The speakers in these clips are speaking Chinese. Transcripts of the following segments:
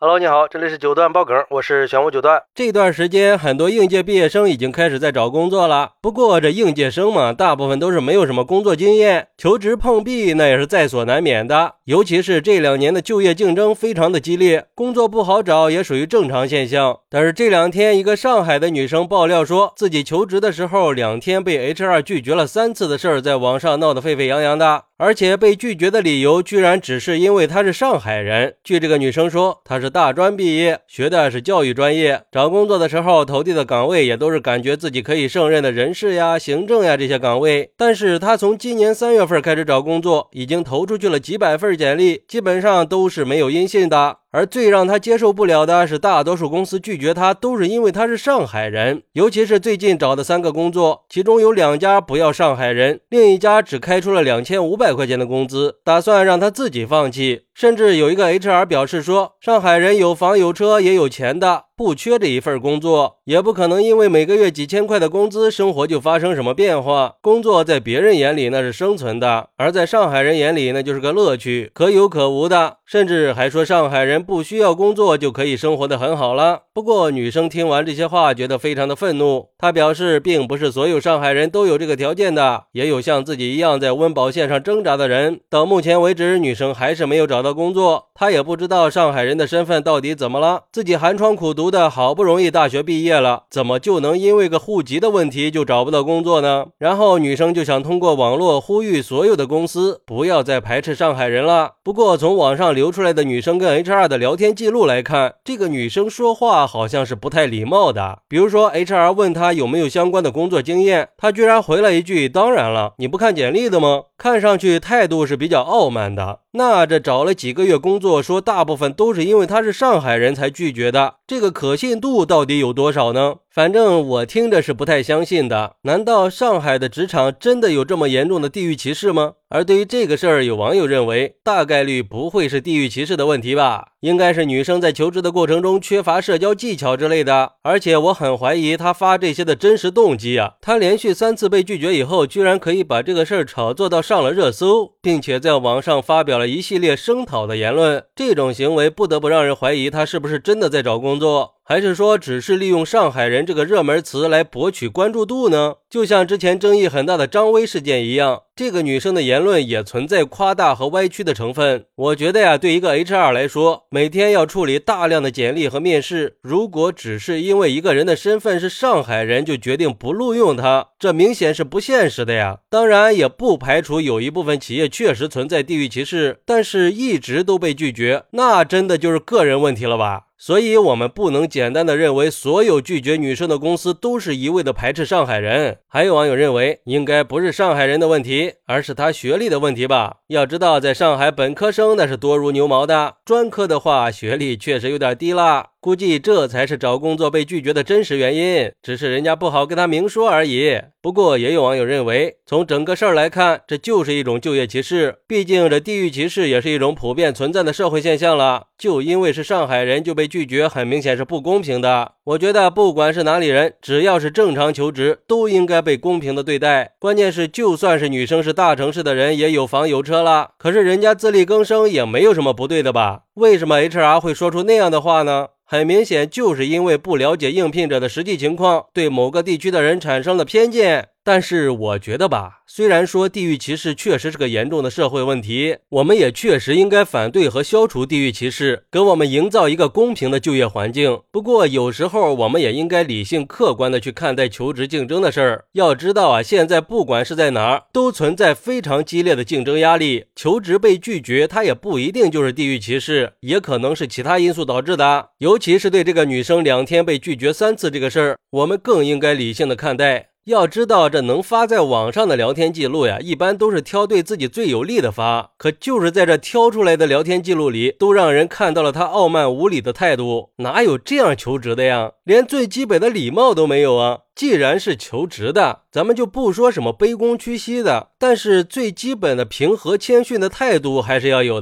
Hello， 你好，这里是九段爆梗，我是玄武九段。这段时间，很多应届毕业生已经开始在找工作了。不过这应届生嘛，大部分都是没有什么工作经验，求职碰壁那也是在所难免的。尤其是这2年的就业竞争非常的激烈，工作不好找也属于正常现象。但是这2天，一个上海的女生爆料说，自己求职的时候2天被 HR 拒绝了3次的事儿，在网上闹得沸沸扬扬的。而且被拒绝的理由居然只是因为她是上海人。据这个女生说，她是大专毕业，学的是教育专业，找工作的时候投递的岗位也都是感觉自己可以胜任的人事呀、行政呀这些岗位。但是她从今年3月份开始找工作，已经投出去了几百份简历，基本上都是没有音信的。而最让他接受不了的是，大多数公司拒绝他都是因为他是上海人。尤其是最近找的3个工作，其中有2家不要上海人，另一家只开出了2500块钱的工资，打算让他自己放弃。甚至有一个 HR 表示说，上海人有房有车也有钱的，不缺这一份工作，也不可能因为每个月几千块的工资，生活就发生什么变化。工作在别人眼里那是生存的，而在上海人眼里那就是个乐趣，可有可无的。甚至还说上海人不需要工作就可以生活得很好了。不过女生听完这些话觉得非常的愤怒，她表示并不是所有上海人都有这个条件的，也有像自己一样在温饱线上挣扎的人。到目前为止，女生还是没有找到工作，她也不知道上海人的身份到底怎么了，自己寒窗苦读的，好不容易大学毕业了，怎么就能因为个户籍的问题就找不到工作呢？然后女生就想通过网络呼吁所有的公司不要再排斥上海人了。不过从网上流出来的女生跟 HR 的聊天记录来看，这个女生说话好像是不太礼貌的。比如说 HR 问她有没有相关的工作经验，她居然回了一句当然了，你不看简历的吗？看上去态度是比较傲慢的。那这找了几个月工作，说大部分都是因为他是上海人才拒绝的，这个可信度到底有多少呢？反正我听着是不太相信的。难道上海的职场真的有这么严重的地域歧视吗？而对于这个事儿，有网友认为大概率不会是地域歧视的问题吧，应该是女生在求职的过程中缺乏社交技巧之类的。而且我很怀疑她发这些的真实动机啊。她连续3次被拒绝以后，居然可以把这个事儿炒作到上了热搜，并且在网上发表了一系列声讨的言论，这种行为不得不让人怀疑她是不是真的在找工作，还是说只是利用上海人这个热门词来博取关注度呢？就像之前争议很大的张薇事件一样，这个女生的言论也存在夸大和歪曲的成分。我觉得呀，对一个 HR 来说，每天要处理大量的简历和面试，如果只是因为一个人的身份是上海人就决定不录用他，这明显是不现实的呀。当然也不排除有一部分企业确实存在地域歧视，但是一直都被拒绝，那真的就是个人问题了吧。所以我们不能简单的认为所有拒绝女生的公司都是一味的排斥上海人。还有网友认为应该不是上海人的问题，而是他学历的问题吧。要知道在上海本科生那是多如牛毛的，专科的话学历确实有点低啦。估计这才是找工作被拒绝的真实原因，只是人家不好跟他明说而已。不过也有网友认为，从整个事儿来看，这就是一种就业歧视，毕竟这地域歧视也是一种普遍存在的社会现象了。就因为是上海人就被拒绝，很明显是不公平的。我觉得不管是哪里人，只要是正常求职，都应该被公平的对待。关键是就算是女生是大城市的人，也有房有车了，可是人家自力更生也没有什么不对的吧？为什么 HR 会说出那样的话呢？很明显就是因为不了解应聘者的实际情况，对某个地区的人产生了偏见。但是我觉得吧，虽然说地域歧视确实是个严重的社会问题，我们也确实应该反对和消除地域歧视，给我们营造一个公平的就业环境。不过有时候我们也应该理性客观的去看待求职竞争的事儿。要知道啊，现在不管是在哪儿，都存在非常激烈的竞争压力。求职被拒绝，它也不一定就是地域歧视，也可能是其他因素导致的。尤其是对这个女生2天被拒绝3次这个事儿，我们更应该理性的看待。要知道这能发在网上的聊天记录呀，一般都是挑对自己最有利的发，可就是在这挑出来的聊天记录里，都让人看到了他傲慢无礼的态度。哪有这样求职的呀？连最基本的礼貌都没有啊。既然是求职的，咱们就不说什么卑躬屈膝的，但是最基本的平和谦逊的态度还是要有的吧。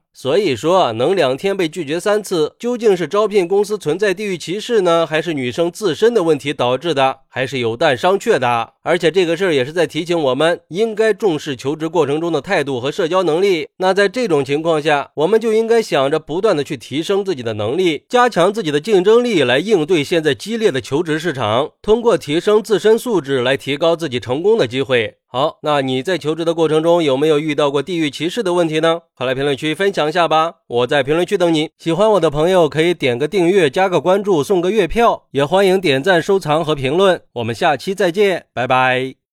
所以说，能2天被拒绝3次，究竟是招聘公司存在地域歧视呢，还是女生自身的问题导致的，还是有待商榷的。而且这个事儿也是在提醒我们，应该重视求职过程中的态度和社交能力。那在这种情况下，我们就应该想着不断的去提升自己的能力，加强自己的竞争力，来应对现在激烈的求职市场，通过提升自身素质来提高自己成功的机会。好，那你在求职的过程中有没有遇到过地域歧视的问题呢？快来评论区分享一下吧，我在评论区等你。喜欢我的朋友可以点个订阅，加个关注，送个月票，也欢迎点赞、收藏和评论。我们下期再见，拜拜。